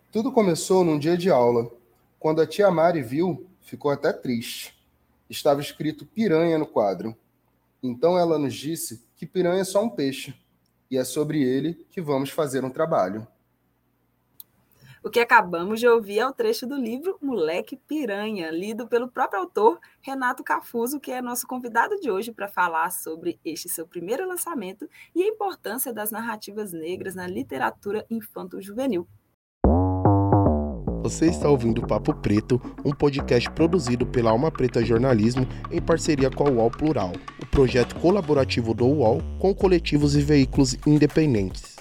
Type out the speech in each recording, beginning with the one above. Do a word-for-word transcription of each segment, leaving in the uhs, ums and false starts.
Tudo começou num dia de aula. Quando a tia Mari viu, ficou até triste. Estava escrito piranha no quadro. Então ela nos disse que piranha é só um peixe, e é sobre ele que vamos fazer um trabalho. O que acabamos de ouvir é o trecho do livro Moleque Piranha, lido pelo próprio autor Renato Cafuso, que é nosso convidado de hoje para falar sobre este seu primeiro lançamento e a importância das narrativas negras na literatura infanto-juvenil. Você está ouvindo Papo Preto, um podcast produzido pela Alma Preta Jornalismo em parceria com a U O L Plural, o projeto colaborativo do U O L com coletivos e veículos independentes.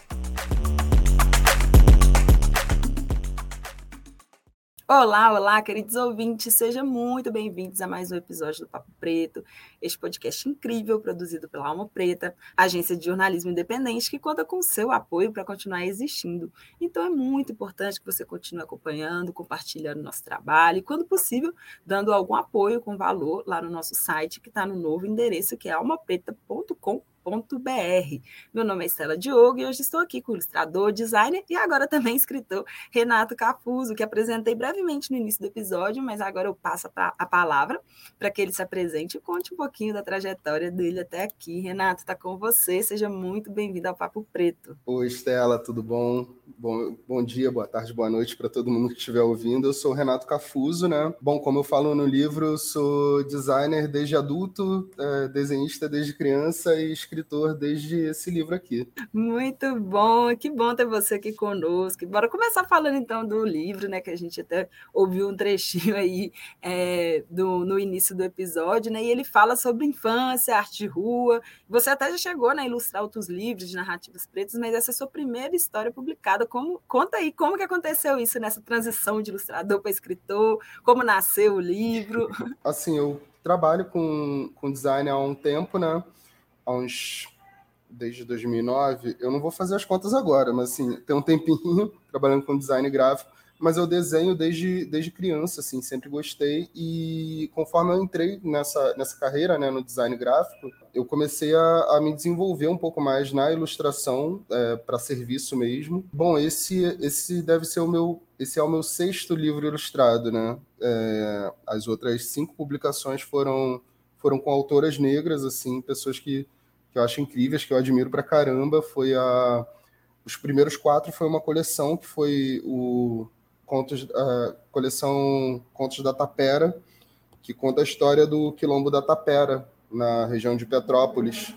Olá, olá, queridos ouvintes, sejam muito bem-vindos a mais um episódio do Papo Preto, este podcast incrível produzido pela Alma Preta, agência de jornalismo independente que conta com o seu apoio para continuar existindo. Então é muito importante que você continue acompanhando, compartilhando nosso trabalho e, quando possível, dando algum apoio com valor lá no nosso site, que está no novo endereço, que é alma preta ponto com ponto b r. Meu nome é Estela Diogo e hoje estou aqui com o ilustrador, designer e agora também escritor Renato Cafuso, que apresentei brevemente no início do episódio, mas agora eu passo a palavra para que ele se apresente e conte um pouquinho da trajetória dele até aqui. Renato, está com você, seja muito bem-vindo ao Papo Preto. Oi, Estela, tudo bom? Bom, bom dia, boa tarde, boa noite para todo mundo que estiver ouvindo. Eu sou o Renato Cafuso, né? Bom, como eu falo no livro, eu sou designer desde adulto, é, desenhista desde criança e escritor desde esse livro aqui. Muito bom, que bom ter você aqui conosco. Bora começar falando então do livro, né? Que a gente até ouviu um trechinho aí é, do, no início do episódio, né? E ele fala sobre infância, arte de rua. Você até já chegou, né, a ilustrar outros livros de narrativas pretas, mas essa é a sua primeira história publicada. Como, conta aí como que aconteceu isso nessa transição de ilustrador para escritor, como nasceu o livro. Assim, eu trabalho com, com design há um tempo, né? Há uns... desde dois mil e nove, eu não vou fazer as contas agora, mas assim, tem um tempinho trabalhando com design gráfico, mas eu desenho desde, desde criança, assim, sempre gostei, e conforme eu entrei nessa, nessa carreira, né, no design gráfico, eu comecei a, a me desenvolver um pouco mais na ilustração, é, para serviço mesmo. Bom, esse, esse deve ser o meu, esse é o meu sexto livro ilustrado, né? É, as outras cinco publicações foram, foram com autoras negras, assim, pessoas que que eu acho incríveis, que eu admiro pra caramba, foi a... Os primeiros quatro foi uma coleção, que foi o Contos, a coleção Contos da Tapera, que conta a história do Quilombo da Tapera, na região de Petrópolis.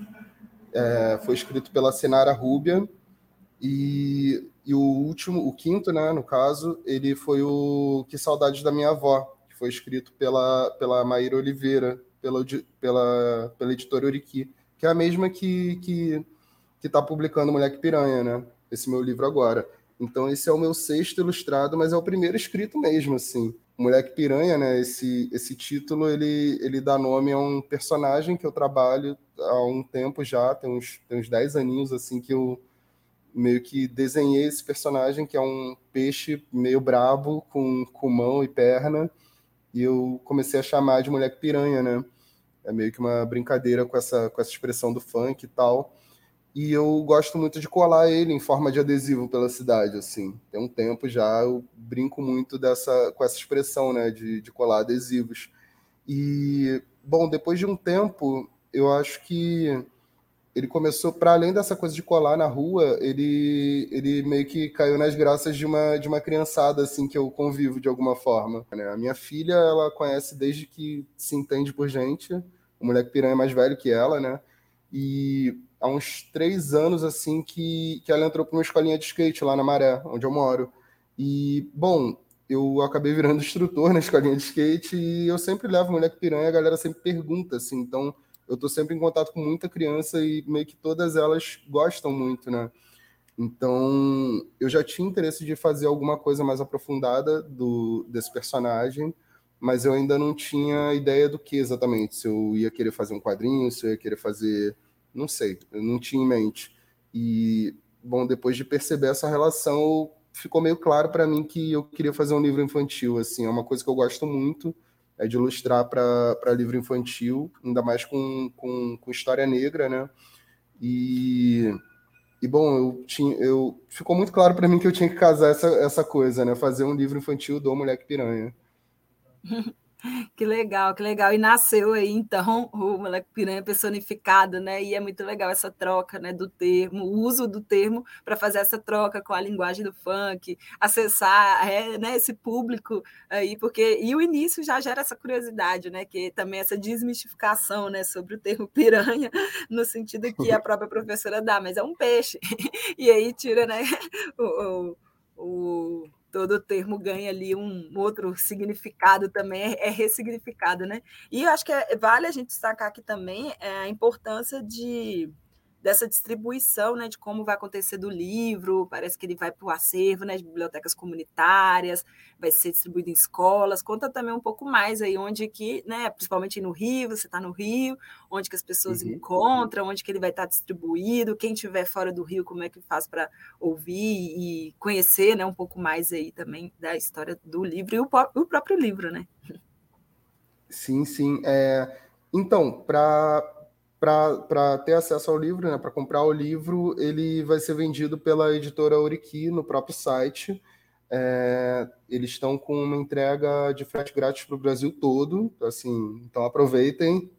É, foi escrito pela Sinara Rúbia, e, e o último, o quinto, né, no caso, ele foi o Que Saudades da Minha Avó, que foi escrito pela, pela Maíra Oliveira, pela, pela, pela editora Uriqui, que é a mesma que que que está publicando Moleque Piranha, né? Esse meu livro agora. Então esse é o meu sexto ilustrado, mas é o primeiro escrito mesmo, assim. Moleque Piranha, né? Esse esse título ele ele dá nome a um personagem que eu trabalho há um tempo já, tem uns tem uns dez aninhos assim que eu meio que desenhei esse personagem que é um peixe meio brabo com com mão e perna, e eu comecei a chamar de Moleque Piranha, né? É meio que uma brincadeira com essa, com essa expressão do funk e tal. E eu gosto muito de colar ele em forma de adesivo pela cidade, assim. Tem um tempo já, eu brinco muito dessa, com essa expressão, né, de, de colar adesivos. E, bom, depois de um tempo, eu acho que ele começou, para além dessa coisa de colar na rua, ele, ele meio que caiu nas graças de uma, de uma criançada, assim, que eu convivo de alguma forma, né? A minha filha, ela conhece desde que se entende por gente, o Moleque Piranha é mais velho que ela, né? E há uns três anos, assim, que, que ela entrou para uma escolinha de skate lá na Maré, onde eu moro. E, bom, eu acabei virando instrutor na escolinha de skate e eu sempre levo o Moleque Piranha, a galera sempre pergunta, assim, então eu estou sempre em contato com muita criança e meio que todas elas gostam muito, né? Então, eu já tinha interesse de fazer alguma coisa mais aprofundada do, desse personagem, mas eu ainda não tinha ideia do que exatamente. Se eu ia querer fazer um quadrinho, se eu ia querer fazer... Não sei, eu não tinha em mente. E, bom, depois de perceber essa relação, ficou meio claro para mim que eu queria fazer um livro infantil, assim. É uma coisa que eu gosto muito, é de ilustrar para livro infantil, ainda mais com, com, com história negra, né? E... e bom, eu tinha, eu, ficou muito claro para mim que eu tinha que casar essa, essa coisa, né? Fazer um livro infantil do Moleque Piranha. Que legal, que legal. E nasceu aí, então, o Moleque Piranha personificado, né? E é muito legal essa troca, né, do termo, o uso do termo para fazer essa troca com a linguagem do funk, acessar é, né, esse público aí, porque. E o início já gera essa curiosidade, né? Que também essa desmistificação, né, sobre o termo piranha, no sentido que a própria professora dá, mas é um peixe. E aí tira, né, o. o, o todo o termo ganha ali um outro significado também, é ressignificado, né? E eu acho que é, vale a gente destacar aqui também a importância de, dessa distribuição, né, de como vai acontecer do livro, parece que ele vai para o acervo, né, de bibliotecas comunitárias, vai ser distribuído em escolas, conta também um pouco mais aí onde que, né, principalmente no Rio, você está no Rio, onde que as pessoas uhum. encontram, onde que ele vai estar distribuído, quem estiver fora do Rio, como é que faz para ouvir e conhecer, né, um pouco mais aí também da história do livro e o, o próprio livro, né? Sim, sim. É... Então, para para ter acesso ao livro, né, para comprar o livro, ele vai ser vendido pela editora Oriqui no próprio site. É, eles estão com uma entrega de frete grátis para o Brasil todo, assim, então aproveitem.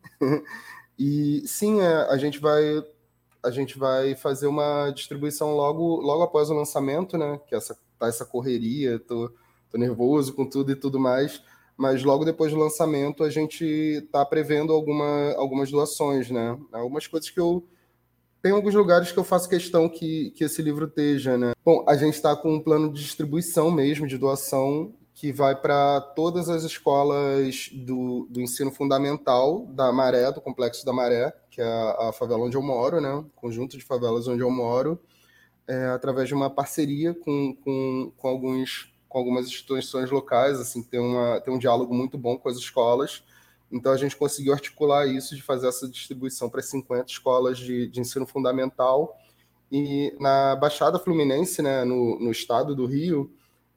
E sim, é, a gente vai a gente vai fazer uma distribuição logo logo após o lançamento, né? Que essa tá essa correria, tô, tô nervoso com tudo e tudo mais. Mas logo depois do lançamento a gente está prevendo alguma, algumas doações, né? Algumas coisas que eu... Tem alguns lugares que eu faço questão que, que esse livro esteja, né? Bom, a gente está com um plano de distribuição mesmo, de doação, que vai para todas as escolas do, do ensino fundamental da Maré, do Complexo da Maré, que é a, a favela onde eu moro, né? Conjunto de favelas onde eu moro, é, através de uma parceria com, com, com alguns... com algumas instituições locais, assim, tem, uma, tem um diálogo muito bom com as escolas. Então, a gente conseguiu articular isso, de fazer essa distribuição para cinquenta escolas de, de ensino fundamental. E na Baixada Fluminense, né, no, no estado do Rio,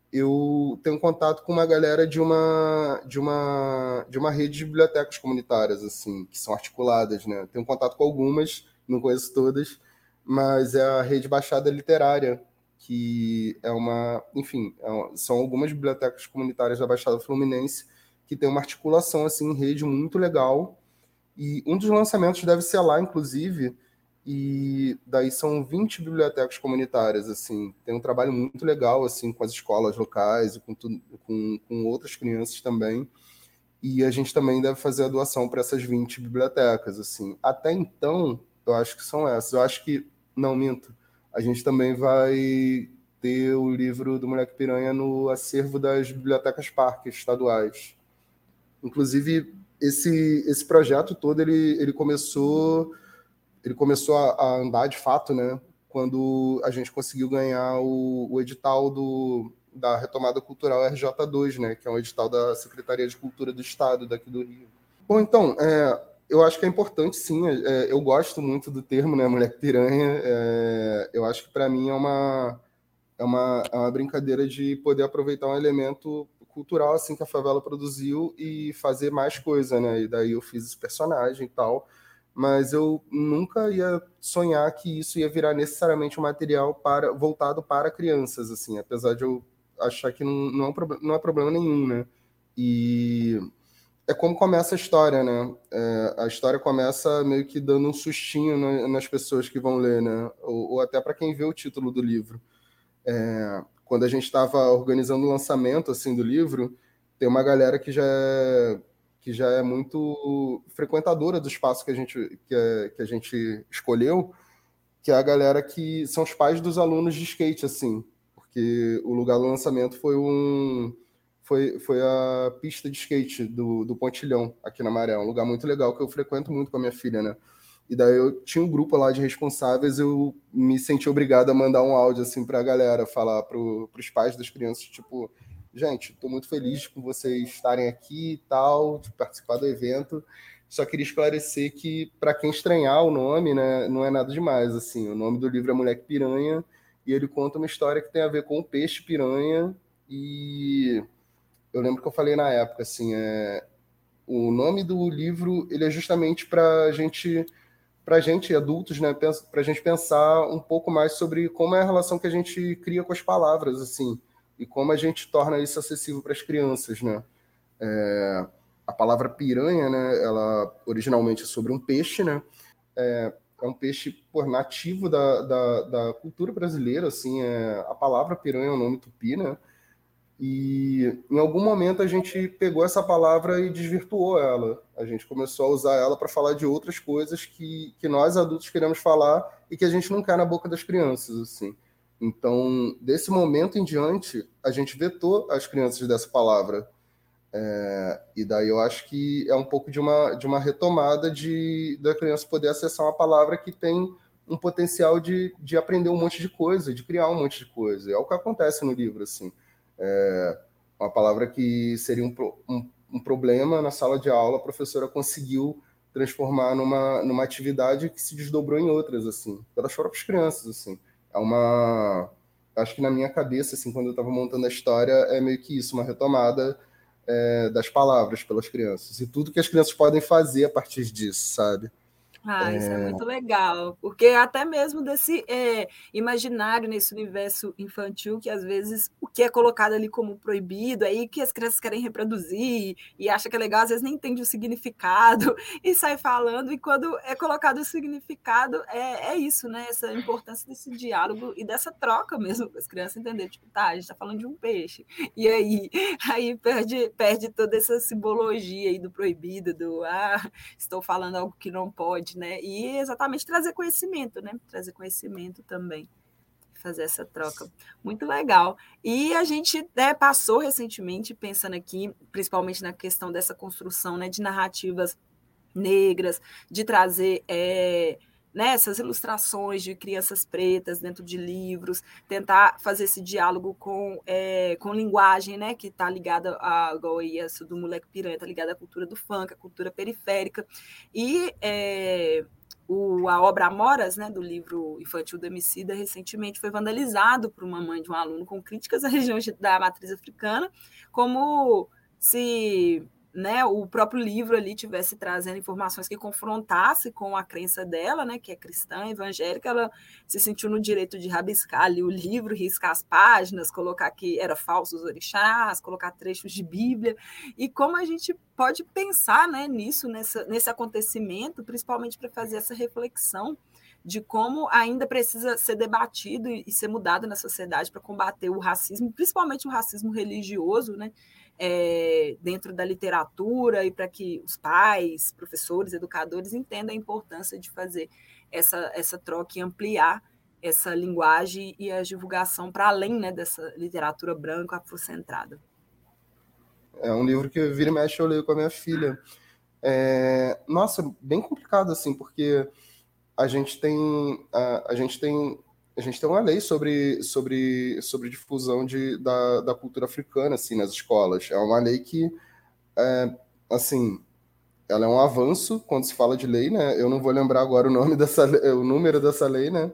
eu tenho contato com uma galera de uma, de uma, de uma rede de bibliotecas comunitárias, assim, que são articuladas, né? Tenho contato com algumas, não conheço todas, mas é a Rede Baixada Literária, que é uma, enfim, é uma, são algumas bibliotecas comunitárias da Baixada Fluminense que tem uma articulação assim em rede muito legal. E um dos lançamentos deve ser lá, inclusive, e daí são vinte bibliotecas comunitárias, assim, tem um trabalho muito legal, assim, com as escolas locais e com, tudo, com, com outras crianças também, e a gente também deve fazer a doação para essas vinte bibliotecas, assim. Até então, eu acho que são essas. Eu acho que, não, minto, a gente também vai ter o livro do Moleque Piranha no acervo das bibliotecas parques estaduais. Inclusive, esse, esse projeto todo, ele, ele começou, ele começou a, a andar de fato, né, quando a gente conseguiu ganhar o, o edital do, da Retomada Cultural R J dois, né, que é um edital da Secretaria de Cultura do Estado, daqui do Rio. Bom, então, é, eu acho que é importante, sim, é, eu gosto muito do termo, né, Moleque Piranha, é, eu acho que para mim é uma, é, uma, é uma brincadeira de poder aproveitar um elemento cultural assim que a favela produziu e fazer mais coisa, né? E daí eu fiz esse personagem e tal, mas eu nunca ia sonhar que isso ia virar necessariamente um material para voltado para crianças, assim, apesar de eu achar que não, não, é, um, não é problema nenhum, né? E é como começa a história, né? É, a história começa meio que dando um sustinho na, nas pessoas que vão ler, né? Ou, ou até para quem vê o título do livro. É, quando a gente estava organizando o lançamento assim do livro, tem uma galera que já é, que já é muito frequentadora do espaço que a gente que, é, que a gente escolheu, que é a galera que são os pais dos alunos de skate, assim, porque o lugar do lançamento foi um foi, foi a pista de skate do, do Pontilhão aqui na Maré, um lugar muito legal que eu frequento muito com a minha filha, né? E daí eu tinha um grupo lá de responsáveis, eu me senti obrigado a mandar um áudio assim para a galera, falar para os pais das crianças, tipo, gente, estou muito feliz com vocês estarem aqui e tal, de participar do evento. Só queria esclarecer que, para quem estranhar o nome, né, não é nada demais, assim. O nome do livro é Moleque Piranha, e ele conta uma história que tem a ver com o peixe piranha, e eu lembro que eu falei na época, assim, é... o nome do livro, ele é justamente para a gente para a gente, adultos, né, para a gente pensar um pouco mais sobre como é a relação que a gente cria com as palavras, assim, e como a gente torna isso acessível para as crianças, né? É, a palavra piranha, né, ela originalmente é sobre um peixe, né? É, é um peixe por nativo da, da, da cultura brasileira, assim, é, a palavra piranha é um nome tupi, né? E em algum momento a gente pegou essa palavra e desvirtuou ela. A gente começou a usar ela para falar de outras coisas que, que nós adultos queremos falar e que a gente não quer na boca das crianças, assim. Então, desse momento em diante, a gente vetou as crianças dessa palavra. É, e daí eu acho que é um pouco de uma, de uma retomada de da criança poder acessar uma palavra que tem um potencial de, de aprender um monte de coisa, de criar um monte de coisa. É o que acontece no livro, assim. É uma palavra que seria um, um, um problema na sala de aula, a professora conseguiu transformar numa, numa atividade que se desdobrou em outras, assim, pelas próprias crianças, assim. É uma... Acho que na minha cabeça, assim, quando eu estava montando a história, é meio que isso, uma retomada é, das palavras pelas crianças. E tudo que as crianças podem fazer a partir disso, sabe? Ah, isso é muito legal, porque até mesmo desse é, imaginário nesse universo infantil, que às vezes o que é colocado ali como proibido, aí que as crianças querem reproduzir e acha que é legal, às vezes nem entende o significado e sai falando, e quando é colocado o significado, é, é isso, né? Essa importância desse diálogo e dessa troca mesmo, para as crianças entenderem, tipo, tá, a gente está falando de um peixe, e aí, aí perde, perde toda essa simbologia aí do proibido, do ah, estou falando algo que não pode, né? E exatamente trazer conhecimento, né? Trazer conhecimento também, fazer essa troca. Muito legal. E a gente, né, passou recentemente pensando aqui, principalmente na questão dessa construção, né, de narrativas negras, de trazer é, né, essas ilustrações de crianças pretas dentro de livros, tentar fazer esse diálogo com, é, com linguagem, né, que está ligada a, igual isso do Moleque Piranha, está ligada à cultura do funk, à cultura periférica. E é, o, a obra Amoras, né, do livro infantil do Emicida, recentemente foi vandalizado por uma mãe de um aluno com críticas à região da matriz africana, como se... né, o próprio livro ali tivesse trazendo informações que confrontasse com a crença dela, né, que é cristã, evangélica, ela se sentiu no direito de rabiscar ali o livro, riscar as páginas, colocar que era falsos orixás, colocar trechos de Bíblia, e como a gente pode pensar, né, nisso, nessa, nesse acontecimento, principalmente para fazer essa reflexão de como ainda precisa ser debatido e ser mudado na sociedade para combater o racismo, principalmente o racismo religioso, né, É, dentro da literatura, e para que os pais, professores, educadores entendam a importância de fazer essa, essa troca e ampliar essa linguagem e a divulgação para além, né, dessa literatura branca afrocentrada. É um livro que vira e mexe eu leio com a minha filha. É, nossa, bem complicado, assim, porque a gente tem a, a gente tem a gente tem uma lei sobre sobre sobre difusão de, da, da cultura africana, assim, nas escolas. É uma lei que é, assim, ela é um avanço quando se fala de lei, né? Eu não vou lembrar agora o nome dessa o número dessa lei, né?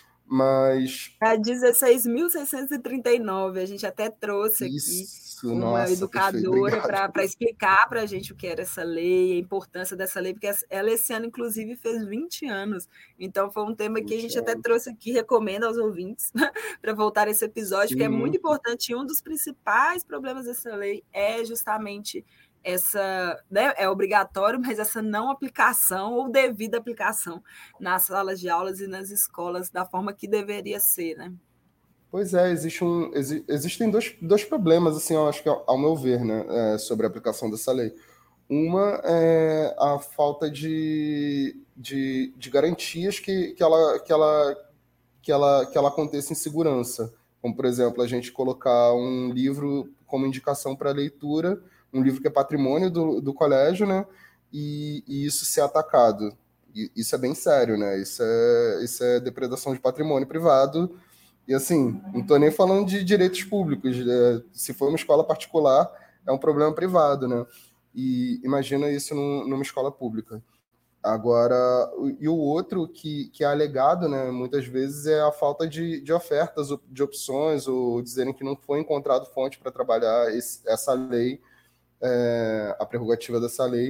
Mas é dezesseis mil seiscentos e trinta e nove, a gente até trouxe aqui isso, uma nossa, educadora para explicar para a gente o que era essa lei, a importância dessa lei, porque ela esse ano, inclusive, fez vinte anos. Então, foi um tema que a gente até trouxe aqui, recomendo aos ouvintes, para voltar esse episódio, Sim. que é muito importante. E um dos principais problemas dessa lei é justamente essa, né, é obrigatório, mas essa não aplicação ou devida aplicação nas salas de aulas e nas escolas da forma que deveria ser, né? Pois é, existe um, exi, existem dois, dois problemas, assim, eu acho que ao, ao meu ver, né, é, sobre a aplicação dessa lei. Uma é a falta de, de, de garantias que, que, ela, que, ela, que, ela, que ela aconteça em segurança. Como, por exemplo, a gente colocar um livro como indicação para leitura, um livro que é patrimônio do, do colégio, né? E, e isso ser atacado. E, isso é bem sério, né? Isso é, isso é depredação de patrimônio privado. E assim, não estou nem falando de direitos públicos. Né? Se for uma escola particular, é um problema privado, né? E imagina isso num, numa escola pública. Agora, e o outro que, que é alegado, né, muitas vezes, é a falta de, de ofertas, de opções, ou dizerem que não foi encontrado fonte para trabalhar esse, essa lei, é, a prerrogativa dessa lei,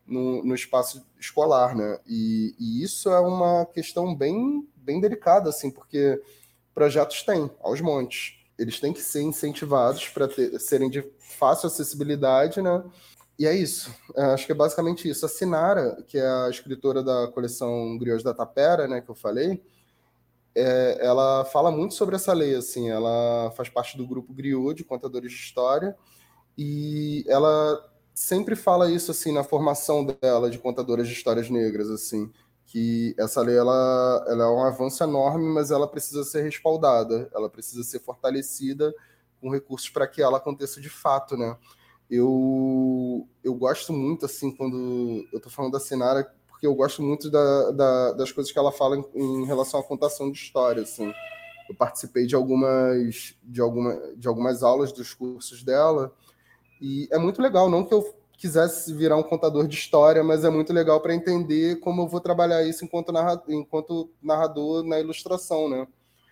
no, no espaço escolar, né? E, e isso é uma questão bem, bem delicada, assim, porque projetos têm, aos montes. Eles têm que ser incentivados para serem de fácil acessibilidade, né? E é isso. É, acho que é basicamente isso. A Sinara, que é a escritora da coleção Griots da Tapera, né, que eu falei, é, ela fala muito sobre essa lei, assim. Ela faz parte do grupo Griot, de contadores de história, e ela sempre fala isso, assim, na formação dela de contadoras de histórias negras, assim, que essa lei, ela, ela é um avanço enorme, mas ela precisa ser respaldada, ela precisa ser fortalecida com recursos para que ela aconteça de fato, né? Eu, eu gosto muito, assim, quando eu tô falando da Sinara, porque eu gosto muito da, da, das coisas que ela fala em, em relação à contação de história, assim. Eu participei de algumas, de, alguma, de algumas aulas dos cursos dela, e é muito legal, não que eu quisesse virar um contador de história, mas é muito legal para entender como eu vou trabalhar isso enquanto narrador, enquanto narrador na ilustração, né?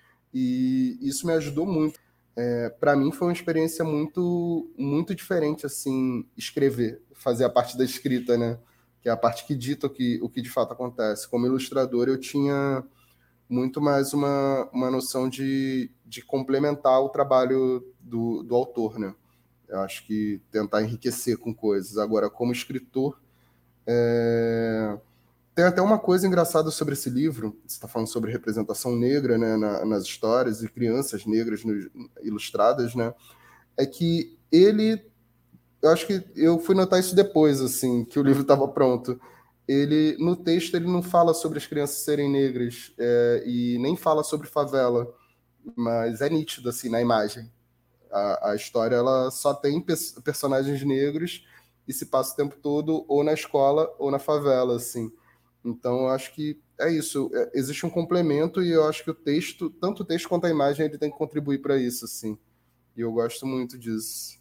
E isso me ajudou muito. É, para mim foi uma experiência muito, muito diferente, assim, escrever, fazer a parte da escrita, né? Que é a parte que dita o que, o que de fato acontece. Como ilustrador, eu tinha muito mais uma, uma noção de, de complementar o trabalho do, do autor, né? Eu acho que tentar enriquecer com coisas. Agora, como escritor, é... tem até uma coisa engraçada sobre esse livro. Você está falando sobre representação negra, né, na, nas histórias e crianças negras no, ilustradas, né? É que ele, eu acho que eu fui notar isso depois, assim, que o livro estava pronto. Ele, no texto, ele não fala sobre as crianças serem negras, é, e nem fala sobre favela, mas é nítido, assim, na imagem. A, a história, ela só tem pe personagens negros e se passa o tempo todo ou na escola ou na favela, assim. Então, eu acho que é isso. É, existe um complemento e eu acho que o texto, tanto o texto quanto a imagem, ele tem que contribuir para isso, assim. E eu gosto muito disso.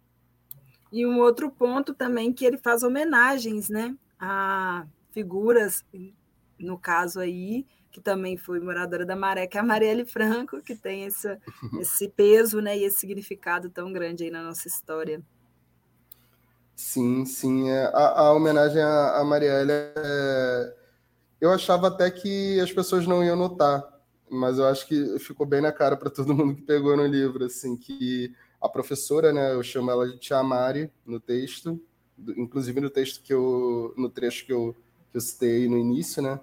E um outro ponto também que ele faz homenagens, né, a figuras, no caso aí, que também foi moradora da Maré, que é a Marielle Franco, que tem esse, esse peso, né, e esse significado tão grande aí na nossa história. Sim, sim. É, a, a homenagem à, à Marielle, é, eu achava até que as pessoas não iam notar, mas eu acho que ficou bem na cara para todo mundo que pegou no livro, assim, que a professora, né, eu chamo ela de Tia Mari no texto, do, inclusive no texto que eu, no trecho que eu, que eu citei no início, né,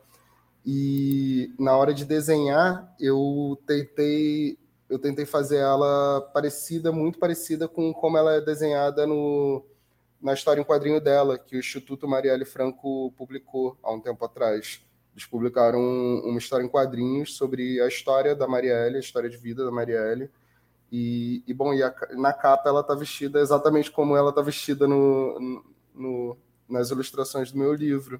e na hora de desenhar, eu tentei, eu tentei fazer ela parecida, muito parecida com como ela é desenhada no, na história em quadrinho dela, que o Instituto Marielle Franco publicou há um tempo atrás. Eles publicaram uma história em quadrinhos sobre a história da Marielle, a história de vida da Marielle. E, e bom, e a, na capa ela está vestida exatamente como ela está vestida no, no, nas ilustrações do meu livro.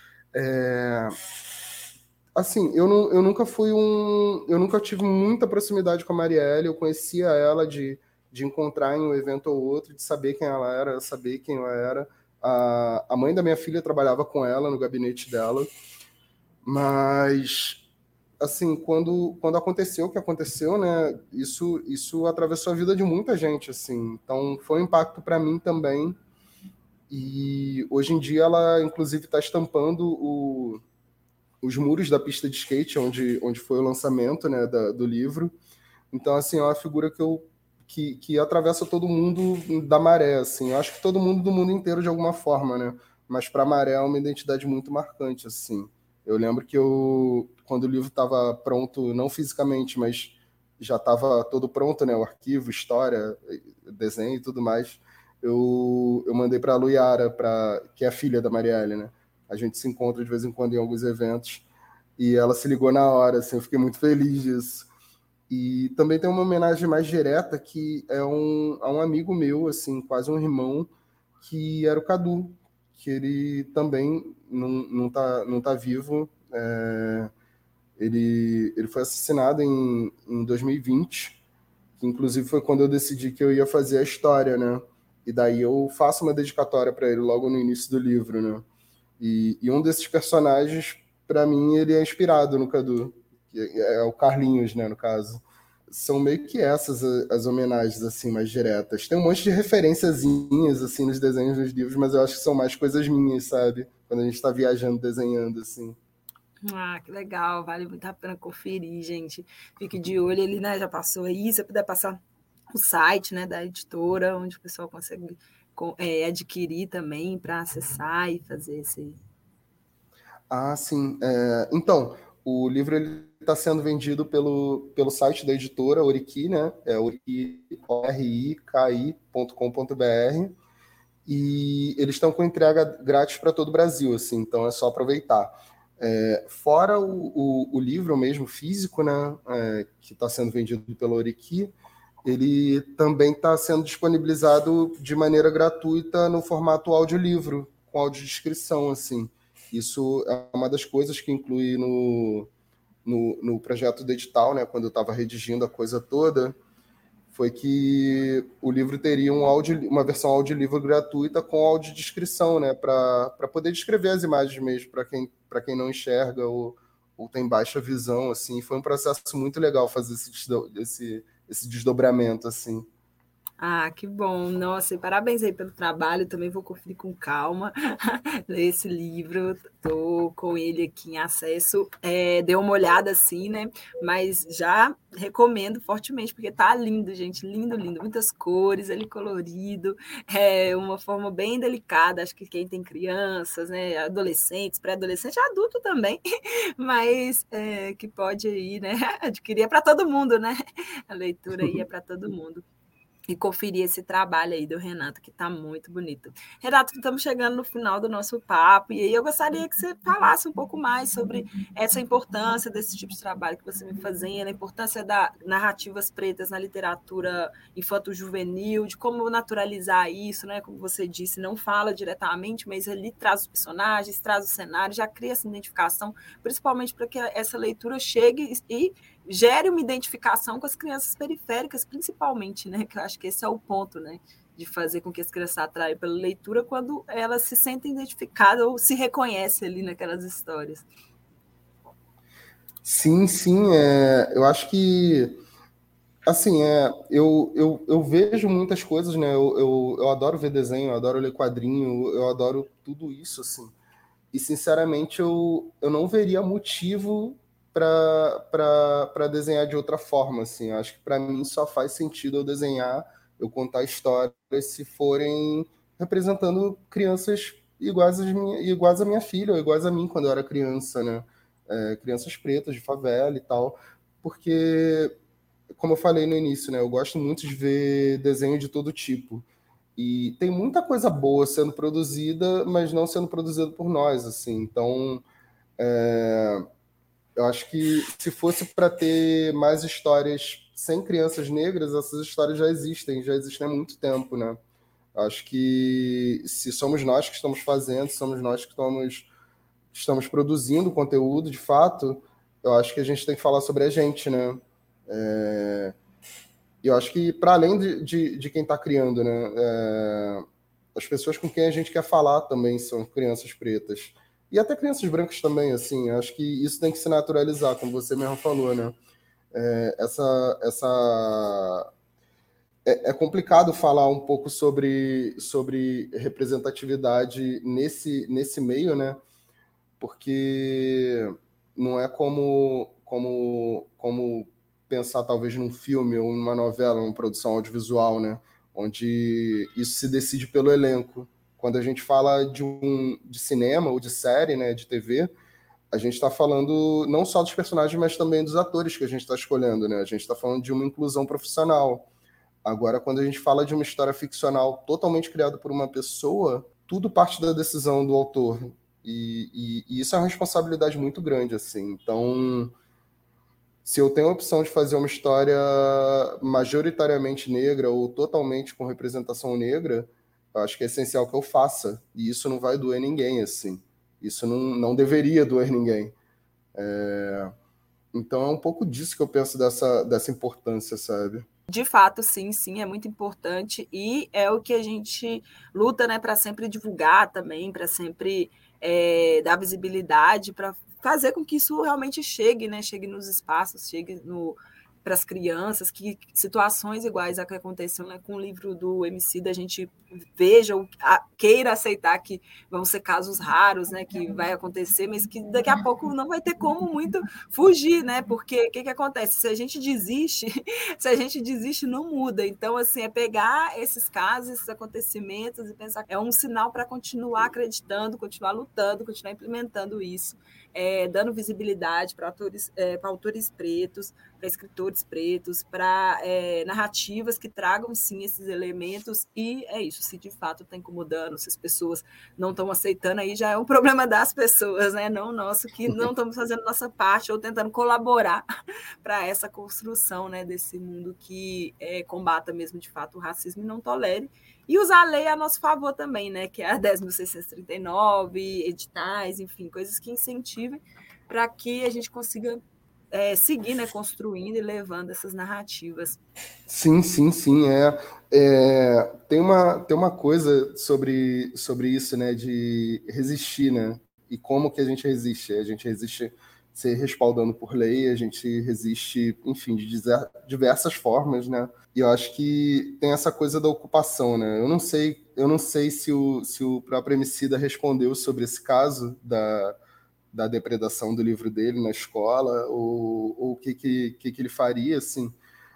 É, assim, eu, não, eu nunca fui um... Eu nunca tive muita proximidade com a Marielle, eu conhecia ela de, de encontrar em um evento ou outro, de saber quem ela era, saber quem eu era. A, a mãe da minha filha trabalhava com ela no gabinete dela, mas, assim, quando, quando aconteceu o que aconteceu, né, isso, isso atravessou a vida de muita gente, assim, então foi um impacto para mim também, e hoje em dia ela, inclusive, está estampando o, os muros da pista de skate, onde, onde foi o lançamento, né, da, do livro, então, assim, é uma figura que eu que, que atravessa todo mundo da Maré, assim, eu acho que todo mundo do mundo inteiro de alguma forma, né, mas para a Maré é uma identidade muito marcante, assim. Eu lembro que eu, quando o livro estava pronto, não fisicamente, mas já estava todo pronto, né? O arquivo, história, desenho e tudo mais. Eu, eu mandei para a Luiara, pra, que é a filha da Marielle, né? A gente se encontra de vez em quando em alguns eventos. E ela se ligou na hora, assim, eu fiquei muito feliz disso. E também tem uma homenagem mais direta que é um, a um amigo meu, assim, quase um irmão, que era o Cadu, que ele também não, não, tá, não tá vivo. É, ele, ele foi assassinado em, em dois mil e vinte, que inclusive foi quando eu decidi que eu ia fazer a história, né? E daí eu faço uma dedicatória para ele logo no início do livro, né? E, e um desses personagens, para mim, ele é inspirado no Cadu, que é o Carlinhos, né, no caso. são meio que essas as homenagens, assim, mais diretas. Tem um monte de referenciazinhas, assim, nos desenhos dos livros, mas eu acho que são mais coisas minhas, sabe? Quando a gente tá viajando, desenhando, assim. Ah, que legal, vale muito a pena conferir, gente. Fique de olho, ele, né, já passou aí, se puder passar o site, né, da editora, onde o pessoal consegue é, adquirir também para acessar e fazer esse... Ah, sim. É, então, o livro está sendo vendido pelo, pelo site da editora Oriki, né? É o r i k i ponto com ponto b r, e eles estão com entrega grátis para todo o Brasil, assim, então é só aproveitar. É, fora o, o, o livro mesmo físico, né, é, que está sendo vendido pela Oriki, ele também está sendo disponibilizado de maneira gratuita no formato audiolivro, com audiodescrição, assim. Isso é uma das coisas que inclui no, no, no projeto do edital, né, quando eu estava redigindo a coisa toda, foi que o livro teria um audio, uma versão audiolivro gratuita com audiodescrição, né, para poder descrever as imagens mesmo, para quem, para quem não enxerga ou, ou tem baixa visão, assim. Foi um processo muito legal fazer esse, esse, esse desdobramento, assim. Ah, que bom. Nossa, e parabéns aí pelo trabalho. Também vou conferir com calma ler esse livro. Estou com ele aqui em acesso. É, dei uma olhada assim, né? Mas já recomendo fortemente, porque tá lindo, gente. Lindo, lindo. Muitas cores, ele colorido. É uma forma bem delicada. Acho que quem tem crianças, né? Adolescentes, pré-adolescente, adulto também, mas é, que pode aí, né? Adquirir é para todo mundo, né? A leitura aí é para todo mundo. E conferir esse trabalho aí do Renato, que está muito bonito. Renato, estamos chegando no final do nosso papo, e aí eu gostaria que você falasse um pouco mais sobre essa importância desse tipo de trabalho que você vem fazendo, a importância das narrativas pretas na literatura infanto-juvenil, de como naturalizar isso, né? Como você disse, não fala diretamente, mas ali traz os personagens, traz o cenário, já cria essa identificação, principalmente para que essa leitura chegue e gere uma identificação com as crianças periféricas, principalmente, né? Que eu acho que esse é o ponto, né? De fazer com que as crianças atraem pela leitura quando elas se sentem identificadas ou se reconhecem ali naquelas histórias. Sim, sim. É, eu acho que, assim, é, eu, eu, eu vejo muitas coisas, né? Eu, eu, eu adoro ver desenho, eu adoro ler quadrinho, eu adoro tudo isso, assim. E, sinceramente, eu, eu não veria motivo para desenhar de outra forma, assim. Eu acho que para mim só faz sentido eu desenhar, eu contar histórias se forem representando crianças iguais, às minha, iguais à minha filha, ou iguais a mim quando eu era criança, né? É, crianças pretas de favela e tal, porque, como eu falei no início, né? Eu gosto muito de ver desenho de todo tipo. E tem muita coisa boa sendo produzida, mas não sendo produzida por nós, assim. Então, é, eu acho que se fosse para ter mais histórias sem crianças negras, essas histórias já existem, já existem há muito tempo, né? Acho que se somos nós que estamos fazendo, somos nós que estamos, estamos produzindo conteúdo, de fato, eu acho que a gente tem que falar sobre a gente, né? É, e eu acho que, para além de, de, de quem está criando, né? É, as pessoas com quem a gente quer falar também são crianças pretas. E até crianças brancas também, assim. Acho que isso tem que se naturalizar, como você mesmo falou, né? É, essa, essa... É, é complicado falar um pouco sobre, sobre representatividade nesse, nesse meio, né? Porque não é como, como, como pensar talvez num filme ou numa novela, numa produção audiovisual, né? Onde isso se decide pelo elenco. Quando a gente fala de um de cinema ou de série, né, de T V, a gente está falando não só dos personagens, mas também dos atores que a gente está escolhendo, né? A gente está falando de uma inclusão profissional. Agora, quando a gente fala de uma história ficcional totalmente criada por uma pessoa, tudo parte da decisão do autor. E, e, e isso é uma responsabilidade muito grande, assim. Então, se eu tenho a opção de fazer uma história majoritariamente negra ou totalmente com representação negra, eu acho que é essencial que eu faça. E isso não vai doer ninguém, assim. Isso não, não deveria doer ninguém. É... Então, é um pouco disso que eu penso dessa, dessa importância, sabe? De fato, sim, sim, é muito importante e é o que a gente luta, né, para sempre divulgar também, para sempre é, dar visibilidade, para fazer com que isso realmente chegue, né, chegue nos espaços, chegue no, para as crianças, que situações iguais a que aconteceram, né, com o livro do Emicida, a gente veja, ou a, queira aceitar que vão ser casos raros, né, que vai acontecer, mas que daqui a pouco não vai ter como muito fugir, né, porque o que, que acontece? Se a gente desiste, se a gente desiste, não muda. Então, assim, é pegar esses casos, esses acontecimentos e pensar que é um sinal para continuar acreditando, continuar lutando, continuar implementando isso, é, dando visibilidade para autores, é, para autores pretos, para escritores pretos, para é, narrativas que tragam, sim, esses elementos, e é isso, se de fato está incomodando, se as pessoas não estão aceitando, aí já é um problema das pessoas, né? Não nosso, que não estamos fazendo nossa parte ou tentando colaborar para essa construção, né, desse mundo que é, combata mesmo, de fato, o racismo e não tolere, e usar a lei a nosso favor também, né, que é a dez mil seiscentos e trinta e nove, editais, enfim, coisas que incentivem para que a gente consiga É, seguir, né, construindo e levando essas narrativas. Sim, sim, sim. É, é, tem, uma, tem uma coisa sobre, sobre isso, né, de resistir, né? E como que a gente resiste? A gente resiste se respaldando por lei, a gente resiste, enfim, de dizer, diversas formas, né? E eu acho que tem essa coisa da ocupação, né? Eu não sei, eu não sei se o, se o próprio Emicida respondeu sobre esse caso da da depredação do livro dele na escola, ou, ou o que, que, que, que ele faria, assim.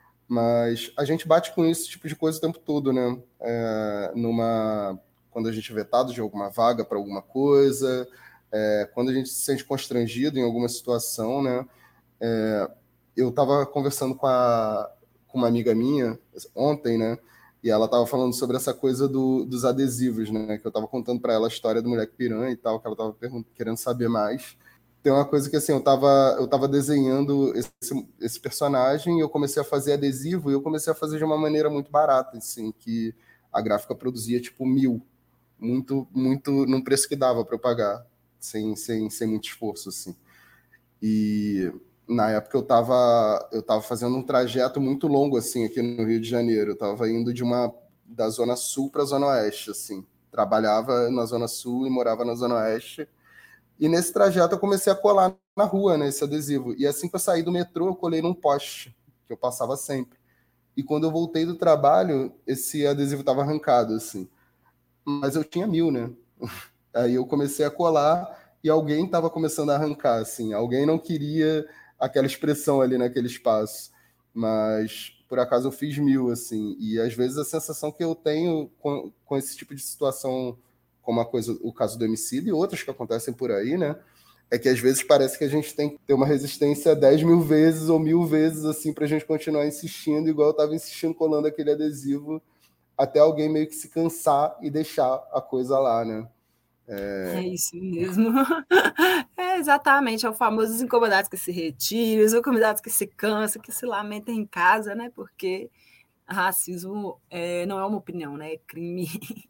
Mas a gente bate com esse tipo de coisa o tempo todo, né? É, numa, quando a gente é vetado de alguma vaga para alguma coisa, é, quando a gente se sente constrangido em alguma situação, né? É, eu estava conversando com, a, com uma amiga minha ontem, né? E ela estava falando sobre essa coisa do, dos adesivos, né? Que eu estava contando para ela a história do Moleque Piranha e tal, que ela estava querendo saber mais. Tem uma coisa que, assim, eu estava eu tava desenhando esse, esse personagem e eu comecei a fazer adesivo e eu comecei a fazer de uma maneira muito barata, assim, que a gráfica produzia, tipo, mil. Muito, muito, num preço que dava para eu pagar, sem, sem, sem muito esforço, assim. E na época eu estava eu tava fazendo um trajeto muito longo, assim, aqui no Rio de Janeiro. Eu estava indo de uma, da Zona Sul para a Zona Oeste, assim. Trabalhava na Zona Sul e morava na Zona Oeste. E nesse trajeto eu comecei a colar na rua, né, esse adesivo. E assim que eu saí do metrô, eu colei num poste, que eu passava sempre. E quando eu voltei do trabalho, esse adesivo estava arrancado, assim. Mas eu tinha mil, né? Aí eu comecei a colar e alguém estava começando a arrancar, assim. Alguém não queria aquela expressão ali naquele espaço. Mas, por acaso, eu fiz mil, assim. E, às vezes, a sensação que eu tenho com, com esse tipo de situação, como a coisa, o caso do homicídio e outros que acontecem por aí, né? É que, às vezes, parece que a gente tem que ter uma resistência dez mil vezes ou mil vezes, assim, para a gente continuar insistindo, igual eu estava insistindo colando aquele adesivo, até alguém meio que se cansar e deixar a coisa lá, né? É, é isso mesmo. É exatamente, é o famoso os incomodados que se retiram, os incomodados que se cansam, que se lamentam em casa, né? Porque racismo é, não é uma opinião, né? É crime.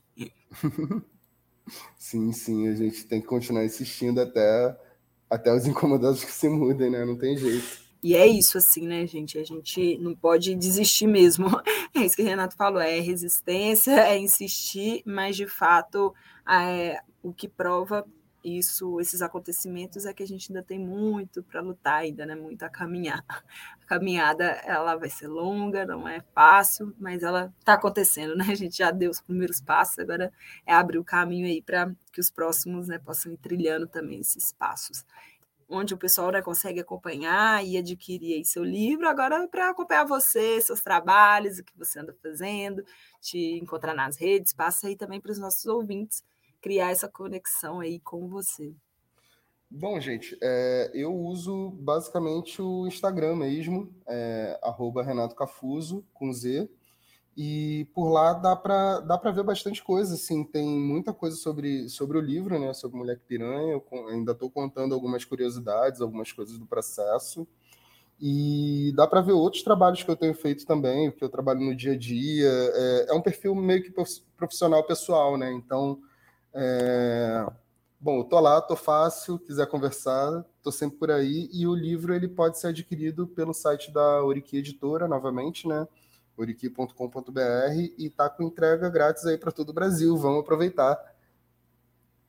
Sim, sim, a gente tem que continuar insistindo até, até os incomodados que se mudem, né? Não tem jeito. E é isso, assim, né, gente? A gente não pode desistir mesmo. É isso que o Renato falou, é resistência, é insistir, mas, de fato, é, o que prova isso, esses acontecimentos, é que a gente ainda tem muito para lutar ainda, né? Muito a caminhar. A caminhada, ela vai ser longa, não é fácil, mas ela está acontecendo, né? A gente já deu os primeiros passos, agora é abrir o caminho aí para que os próximos, né, possam ir trilhando também esses passos, onde o pessoal, né, consegue acompanhar e adquirir aí seu livro. Agora, para acompanhar você, seus trabalhos, o que você anda fazendo, te encontrar nas redes, passa aí também para os nossos ouvintes criar essa conexão aí com você. Bom, gente, é, eu uso basicamente o Instagram mesmo, é, arroba Renato Cafuso, com Z, e por lá dá para dá para ver bastante coisa, assim, tem muita coisa sobre, sobre o livro, né, sobre Moleque Piranha. Eu ainda estou contando algumas curiosidades, algumas coisas do processo, e dá para ver outros trabalhos que eu tenho feito também, o que eu trabalho no dia a dia. É, é um perfil meio que profissional pessoal, né, então, é, bom, eu tô lá, tô fácil, quiser conversar, tô sempre por aí, e o livro ele pode ser adquirido pelo site da Oriqui Editora, novamente, né, oriqui ponto com ponto b r, e tá com entrega grátis aí para todo o Brasil. Vamos aproveitar.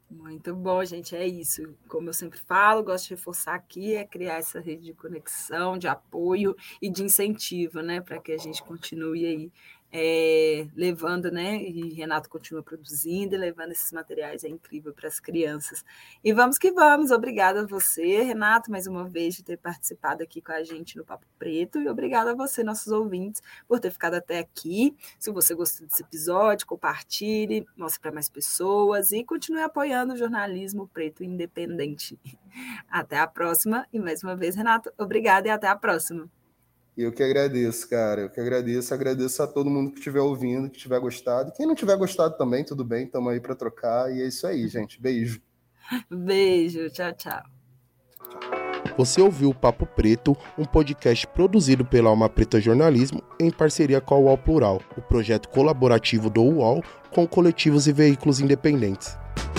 Muito bom, gente, é isso. Como eu sempre falo, gosto de reforçar aqui, é criar essa rede de conexão, de apoio e de incentivo, né, para que a gente continue aí é, levando, né, e Renato continua produzindo e levando esses materiais, é incrível para as crianças. E vamos que vamos, obrigada a você, Renato, mais uma vez de ter participado aqui com a gente no Papo Preto, e obrigada a você, nossos ouvintes, por ter ficado até aqui. Se você gostou desse episódio, compartilhe, mostre para mais pessoas e continue apoiando o jornalismo preto independente. Até a próxima, e mais uma vez, Renato, obrigada e até a próxima. Eu que agradeço, cara. Eu que agradeço. Agradeço a todo mundo que estiver ouvindo, que tiver gostado. Quem não tiver gostado também, tudo bem. Estamos aí para trocar. E é isso aí, gente. Beijo. Beijo. Tchau, tchau. Você ouviu o Papo Preto, um podcast produzido pela Alma Preta Jornalismo em parceria com a U O L Plural, o projeto colaborativo do U O L com coletivos e veículos independentes.